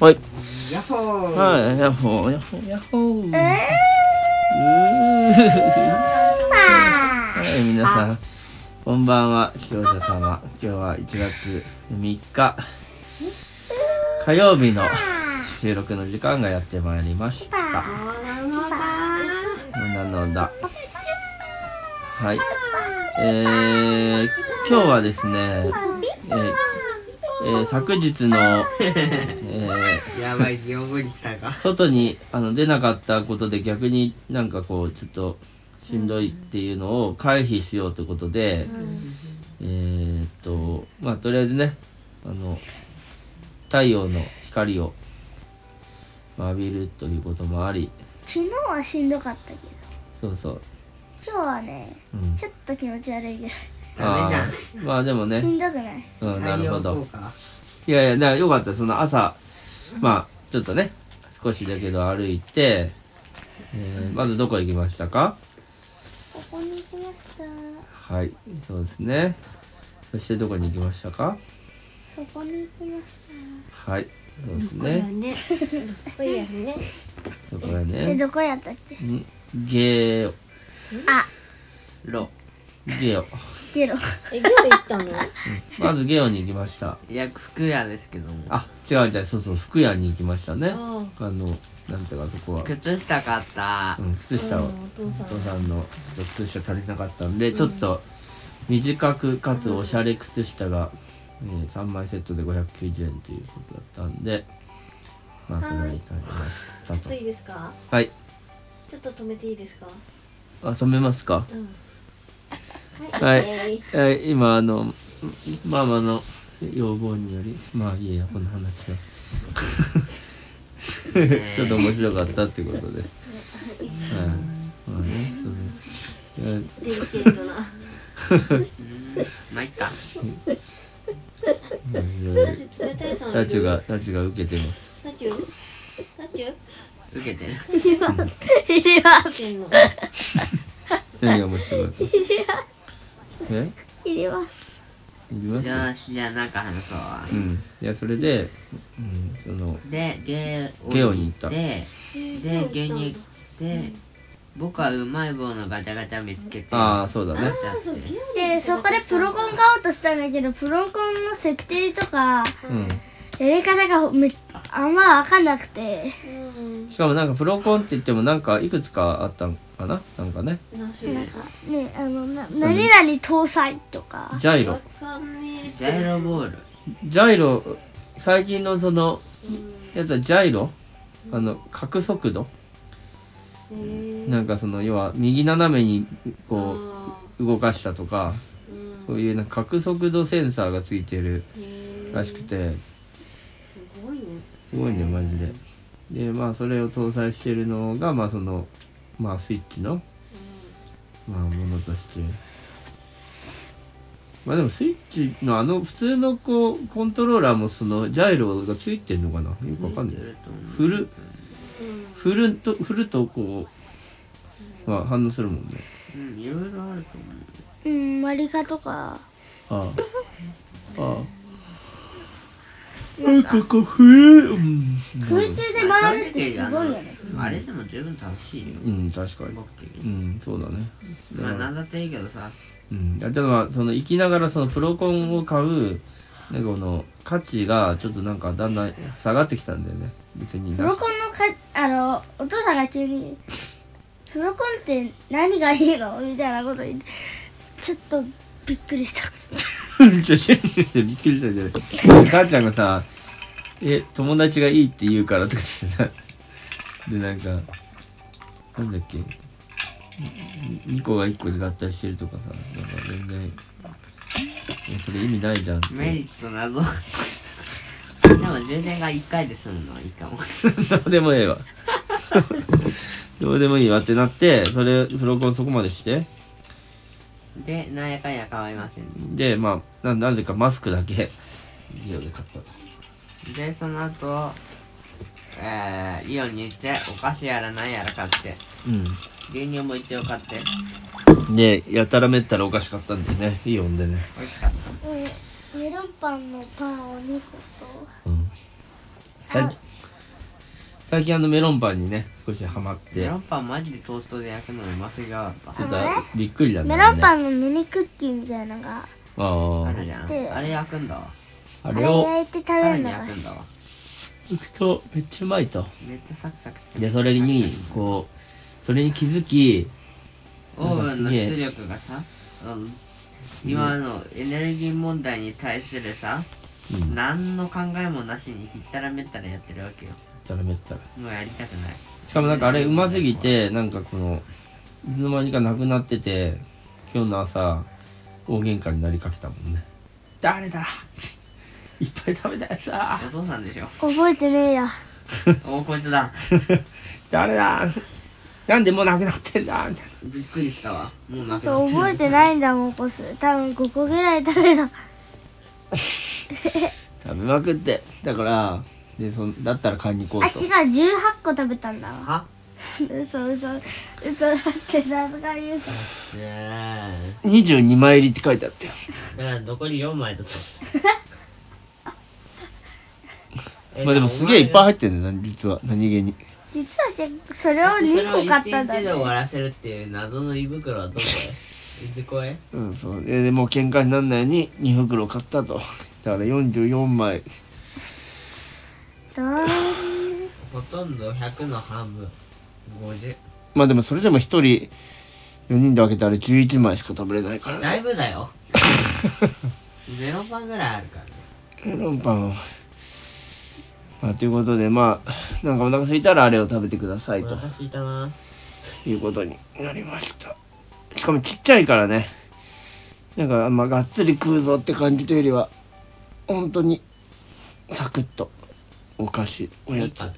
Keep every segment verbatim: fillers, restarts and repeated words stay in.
はい。 ヤッホー。 はい、ヤッホー、ヤッホー、ヤッホー。 えはい、皆さん、こんばんは、視聴者様。今日はいちがつみっか、火曜日の収録の時間がやってまいりました。なのだ。はい。えー、今日はですね、えーえー、昨日の、えー、やばい、日本語に来たか。 外にあの出なかったことで逆になんかこうちょっとしんどいっていうのを回避しようということで、うん、えー、っとまあとりあえずねあの太陽の光を浴びるということもあり、 昨日はしんどかったけど、 そうそう今日はね、うん、ちょっと気持ち悪いけど。 ダメじゃん。 まあでもね。 しんどくない。 うん、なるほど。いやいや、だからよかった。その朝、まあちょっとね、少しだけど歩いて、えー、まずどこ行きましたか？ ここに行きました。 はい、そうですね。そしてどこに行きましたか？ そこに行きました。 はい、そうですね。 どこやね。 そこやね。 え、どこやったっけ？ ん、ゲー。 あ。 ロ。ゲオ。 ゲロ。 え、ゲオ行ったの？うん、 まずゲオに行きました。 いや、服屋ですけども。 あ、違う違う、そうそう、服屋に行きましたね。あの、なんていうか、そこは。 靴下買った。 うん、靴下を。お父さん。お父さんの靴下足りなかったんで、うん、ちょっと短くかつおしゃれ靴下が、えー、さんまいセットでごひゃくきゅうじゅうえんということだったんで、まあ、それは行かれましたと。 ちょっといいですか？ はい。 ちょっと止めていいですか？ あ、止めますか？ うん。 はい、はい、今あのママの要望により、まあいいやこの話はちょっと面白かったっていうことで、はい、まあね、それデリケートなまあいっか。 タチュがタチュが受けてます。 タチュタチュ受けてる。 いります。 何が面白かった？え？ いります。 いります。 よし、じゃあなんか話そう。 うん。いやそれで、うん、そのでゲゲオに行った。 で、でゲオに行って、僕はうまい棒のガチャガチャ見つけて。 ああそうだね。 でそこでプロコン買おうとしたんだけど、プロコンの設定とか、うん、やり方がめあんま分かんなくて。 しかもなんかプロコンって言ってもなんかいくつかあったんかな、なんかね。 なんかね、あのな何々搭載とか。 ジャイロ。 ジャイロボール。 ジャイロ最近のそのやつはジャイロ、あの角速度。なんかその要は右斜めにこう動かしたとか、そういうなんか角速度センサーがついてるらしくて。すごいね。すごいねマジで。でまあそれを搭載しているのがまあそのまあスイッチの、まあものとして、まあでもスイッチのあの普通のこうコントローラーもそのジャイロがついてんのかな、よくわかんない。振る振ると振るとこうまあ反応するもんね。 うんいろいろあると思う。 うんマリカとか。 ああああ。なんかこう冬、うん、 空中で回るってすごいよね。 あれでも十分楽しいよ。 うん確かに。うんそうだね。 まあなんだっていいけどさ。 うん。だからまあその生きながらそのプロコンを買うなんかこの価値がちょっとなんかだんだん下がってきたんだよね。別に。 プロコンのかあのお父さんが急にプロコンって何がいいのみたいなこと言ってちょっとびっくりした。 ちょびっくりしたじゃない。母ちゃんがさ、え友達がいいって言うからとかってさ、でなんかなんだっけ、にこがいっこで合体してるとかさ、なんか全然それ意味ないじゃんって。 メリット謎。でも充電がいっかいで済むのはいいかも。 どうでもええわ。どうでもいいわってなって、それプロコンそこまでして。 で、なんやかんや変わりません。 で、まあ な, なぜかマスクだけイオンで買った。 で、その後、えー、イオンに行ってお菓子やらなんやら買って、うん、牛乳も一応買って。 で、やたらめったらお菓子買ったんだよね、イオンでね。 美味しかった。 メロンパンのパンをにこと、 うん、 最近あのメロンパンにね少しハマってメロンパンマジでトーストで焼くのうますぎやがったちょっとあのねびっくりだねメロンパンンのミニクッキーみたいなのがああるじゃんであれ焼くんだわあれあれを焼いて食さらにべるのが焼くんだわ浮くとめっちゃうまいとめっちゃサクサクしてでそれにこうそれに気づきオーブンの出力がさあの今のエネルギー問題に対するさ、 うん何の考えもなしにひったらめったらやってるわけよたらめったらもうやりたくないしかもなんかあれうますぎてなんかこのいつの間にかなくなってて今日の朝大喧嘩になりかけたもんね誰だいっぱい食べたやつだお父さんでしょ覚えてねえやおおこいつだ誰だなんでもうなくなってんだみたいびっくりしたわもうなくなってる覚えてないんだもんこす多分ごこぐらい食べたな食べまくってだからでそんだったら買いに行こあうと違うじゅうはっこ食べたんだわは嘘嘘嘘だってさすがに嘘じゃあにじゅうにまい入りって書いてあったよだから残りよんまいだとまあでもすげえいっぱい入ってんだよな実は何気に実はじゃそれをにこ買ったんだそれを一日で終わねらせるっていう謎の胃袋はどこへいつこへうんそうででもう喧嘩にならないようににふくろ買ったとだからよんじゅうよんまいどうほとんどひゃくの半分ごじゅうまあでもそれでもひとりよにんで分けたらじゅういちまいしか食べれないからだいねぶだよメロンパンぐらいあるからねメロンパンをまあということでまあなんかお腹空いたらあれを食べてくださいとお腹すいたないうことになりましたしかもちっちゃいからねなんかあんまがっつり食うぞって感じというよりは本当にサクッとお菓子おやつ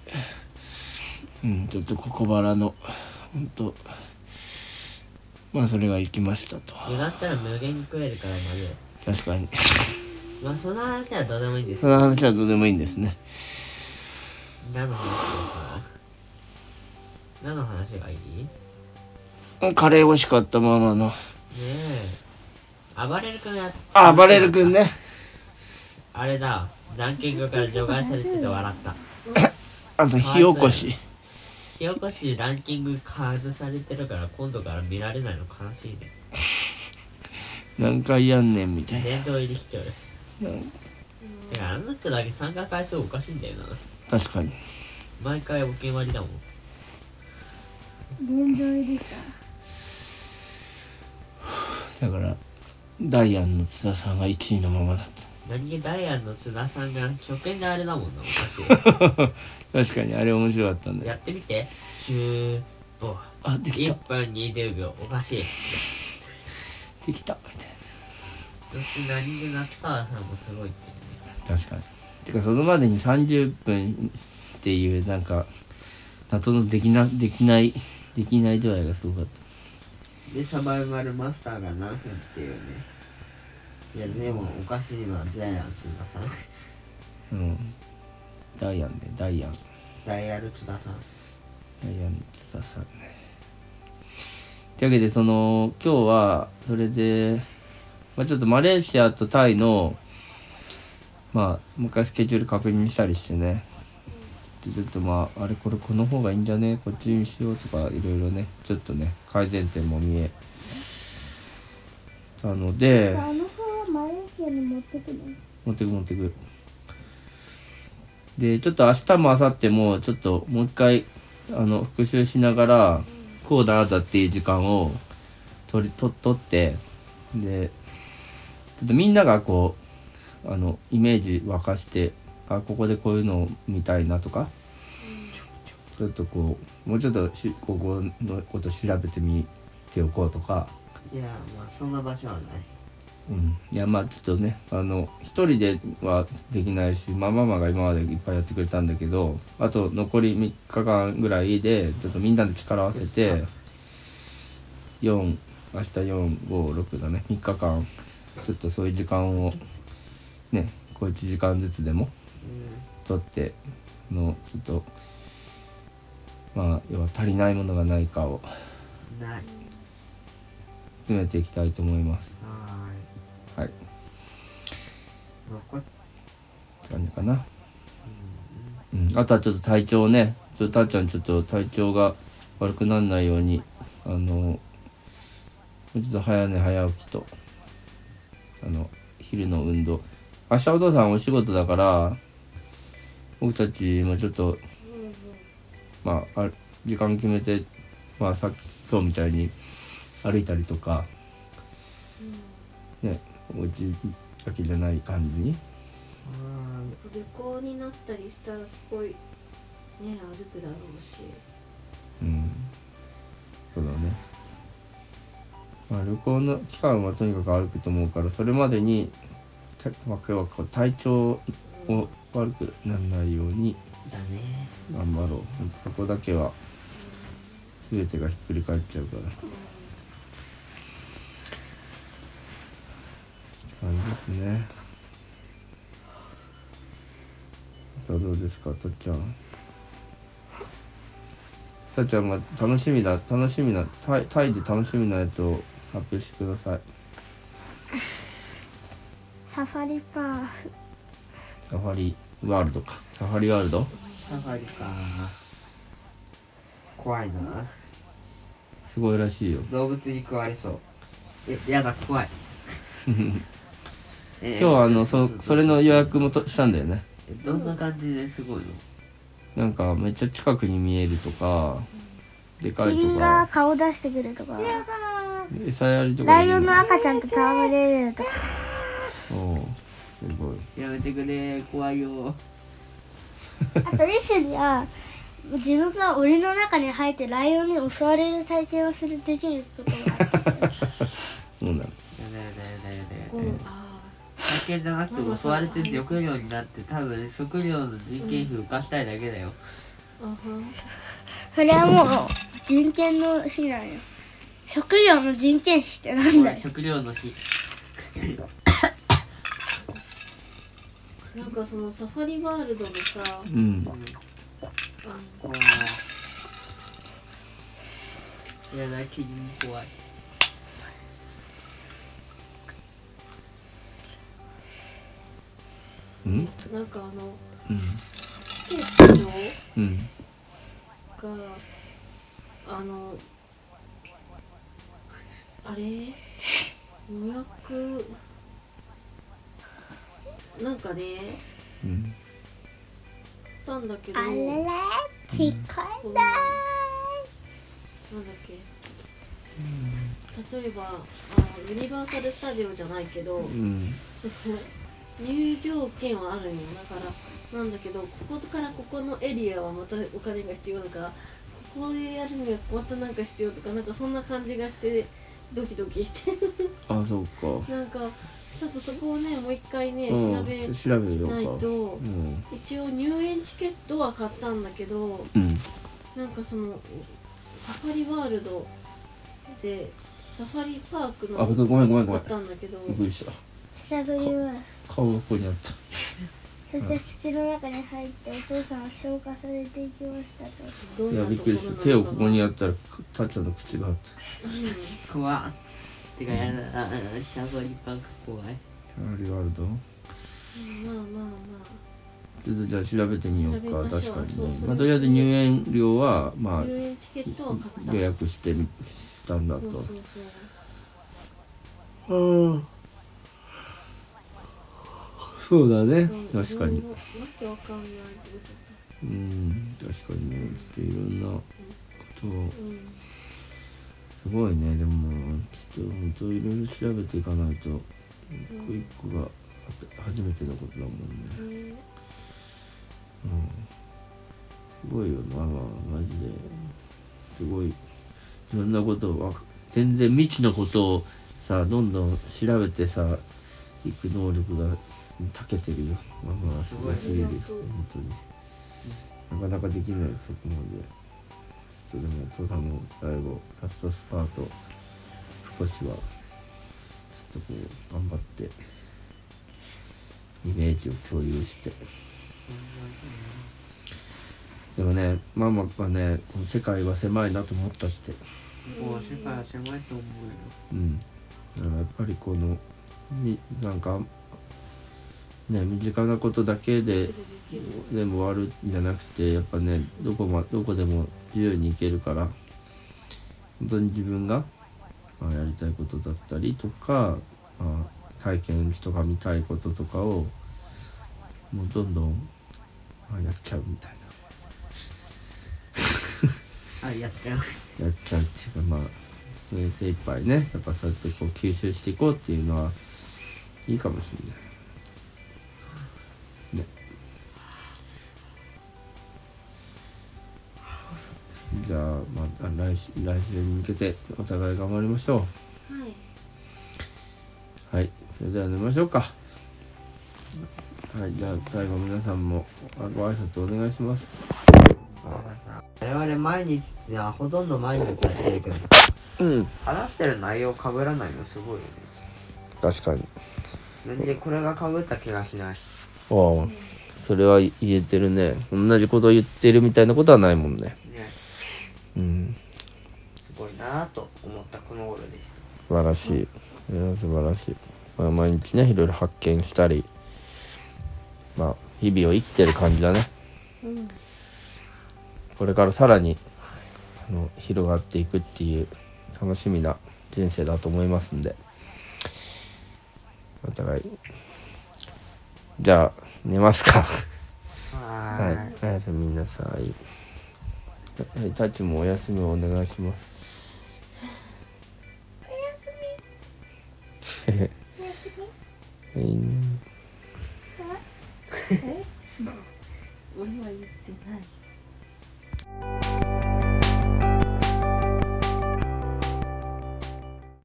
うんちょっと小腹の本当まあそれが行きましたと具だったら無限に食えるからまず確かにまあその話はどうでもいいんですその話はどうでもいいんですね何の話ですか何の話がいいねカレー美味しかったママのえ暴れる君やあ暴れる君ねあれだランキングから除外されてて笑ったあと火起こし火起こしランキング外されてるから今度から見られないの悲しいね何回やんねんみたいな殿堂入りしちゃううんてかあの人だけ参加回数おかしいんだよな確かに毎回お決まりだもん殿堂入りしただからダイアンの津田さんがいちいのままだっ何気ダイアンの津田さんが初見であれだもんなおかしいた確かにあれ面白かったんだよやってみてじゅうごいあできたっぷんにじゅうびょうおかしいできたみたいそして何気夏川さんもすごいっていうねな確かにてかそのまでにさんじゅっぷんっていうなんか謎のできなできないできない度合いがすごかったでサバイバルマスターが何分っていうねいやでもおかしいのはダイアン津田さんうんダイアンねダイアンダイアル津田さんダイアン津田さんねというわけでその今日はそれで、まあ、ちょっとマレーシアとタイのまあもう一回スケジュール確認したりしてねでちょっとまああれこれこの方がいいんじゃねこっちにしようとかいろいろねちょっとね改善点も見えたのであの子はマレーシアに持ってくの持ってく持ってくでちょっと明日も明後日もちょっともう一回あの復習しながらこうだああだっていう時間を取りと取ってでちょっとみんながこうあのイメージ沸かしてあここでこういうのを見たいなとかちょっとこうもうちょっとしここのこと調べてみておこうとかいやまあそんな場所はないうん、いやまあちょっとねあの一人ではできないし、まあ、ママが今までいっぱいやってくれたんだけどあと残りみっかかんぐらいでちょっとみんなで力を合わせてよん明日よんごろくだねみっかかんちょっとそういう時間をねこういちじかんずつでも取ってのちょっとまあ要は足りないものがないかをうんない詰めていきたいと思いますははいーい残っ感じかなうん、あとはちょっと体調ね、ちょっとたっちゃんちょっと体調が悪くならないように、あのちょっと早寝早起きと、あの昼の運動。明日お父さんお仕事だから、僕たちもちょっとまあ、あ時間決めて、まあさっきそうみたいに歩いたりとか、ね、お家だけじゃない感じに。 旅行になったりしたらすごいね歩くだろうし。 うん、そうだね。まあ旅行の期間はとにかく歩くと思うから、それまでにた、まあ、こう体調を悪くならないようにだね。 頑張ろう。ほんとそこだけは全てがひっくり返っちゃうから。感じですね。あとはどうですか、とっちゃん。たっちゃんが楽しみだ、楽しみな、タイ、タイで楽しみなやつを発表してください。 サファリパーク。 サファリワールドか。サファリワールド。 サファリか。怖いな。 すごいらしいよ。 動物に食われそう。え、やだ、怖い。 今日はあのそそれの予約もとしたんだよね。 え、どんな感じですごいの？ なんかめっちゃ近くに見えるとか、でかいキリンとか、 が顔出してくるとか、 餌やりとかライオンできるの赤ちゃんと戯れるとか。 おうすごい。 やめてくれ、怖いよ。 あとリシュには自分が檻の中に入ってライオンに襲われる体験をするできることがある。 そうなの。 やだやだやだやだこうやだ。 あ体験じゃなくて襲われて食料になって、多分食料の人件費浮かしたいだけだよ。 ーあはそれはもう人権の日なんよ。食料の人件費ってなんだよ。 食料の日。 なんかそのサファリワールドのさ、 うん。 あ怖い。やだ、キリン怖い。 うん。 なんかあのうん。 チケットうん。 があのあれ予約なんかねうん。 したんだけどあれれ聞こえない。 なんだっけ、例えばあのユニバーサル・スタジオじゃないけど、 うん。 そうそう入場券はあるんよ。だからなんだけど、こことからここのエリアはまたお金が必要だから、ここでやるにはまたなんか必要とか、なんかそんな感じがしてドキドキしてあ、そうか。 なんかちょっとそこをねもう一回ねう調べん。調べようか。 ないと、 うん。 一応入園チケットは買ったんだけど、 うん。 なんかそのサファリワールドでサファリパークのあ、ごめんごめんごめん。 買ったんだけど、 びっくりした。 下振りは顔がここにあった。 そして口の中に入ってお父さんは消化されていきましたと。 どんいや、 なところなのびっくりした。手をここにややったら、たっちゃんの口があった。 怖っ。てかやだ、あサファリパーク怖い。 サファリワールド。 まあまあまちょっとじゃあ調べてみようか。 調べましょう確かにね。 そうそれまあ、とりあえず入園料は、まああ、 入園チケットは買った。 予約してしたんだと。 そうそうそう。 そうだね。 うん確かに。 わけわかんないけどちょっうん、確かにね。ちょっといろんなことを。 とうんすごいね。でも、ちょっと本当いろいろ調べていかないと、一個一個が初めてのことだもんね。 ねうん。すごいよな、マジで。すごい。いろんなことをわか、全然未知のことをさ、どんどん調べてさ、行く能力が長けてるよ。ママはすごすぎるよ。 すごい本当に。なかなかできないよ、そこまで。ちょっとでも、父さんの最後、ラストスパート、少しは、ちょっとこう、頑張って、イメージを共有して。でもね、ママがね、この世界は狭いなと思ったって。 もう世界は狭いと思うよ。 うん。だからやっぱりこの、になんか、 ね、身近なことだけで全部終わるんじゃなくて、やっぱね、どこまどこでも自由に行けるから、本当に自分が、まあ、やりたいことだったりとか、まあ、体験とか見たいこととかをもうどんどん、まあ、やっちゃうみたいあ、やっちゃう。 なやっちゃうっていうか、まあ、ね、精一杯ね、やっぱそうやってこう吸収していこうっていうのはいいかもしれない。じゃあ、まあ、来週、来週に向けてお互い頑張りましょはい。 う。はい、それでは寝ましょうか。はい、じゃあ最後皆さんもご挨拶お願いします。 我々毎日ってのはほとんど毎日やってるけど、 うん、 話してる内容被らないのすごいよね。 確かに。 なんでこれが被った気がしない。 ああ、それは言えてるね。同じことを言ってるみたいなことはないもんね。 ね、 うん、 すごいなぁと思ったこの頃でした。 素晴らしい。いや、素晴らしい。まあ、毎日ね、いろいろ発見したり、まあ、日々を生きてる感じだね。 うん。 これからさらにあの広がっていくっていう楽しみな人生だと思いますんで、お互いじゃあ寝ますか。 ははい、 ーい。 おやすみなさい。はい、タッチもお休みをお願いします。おやすみ。はい。 俺は言ってない。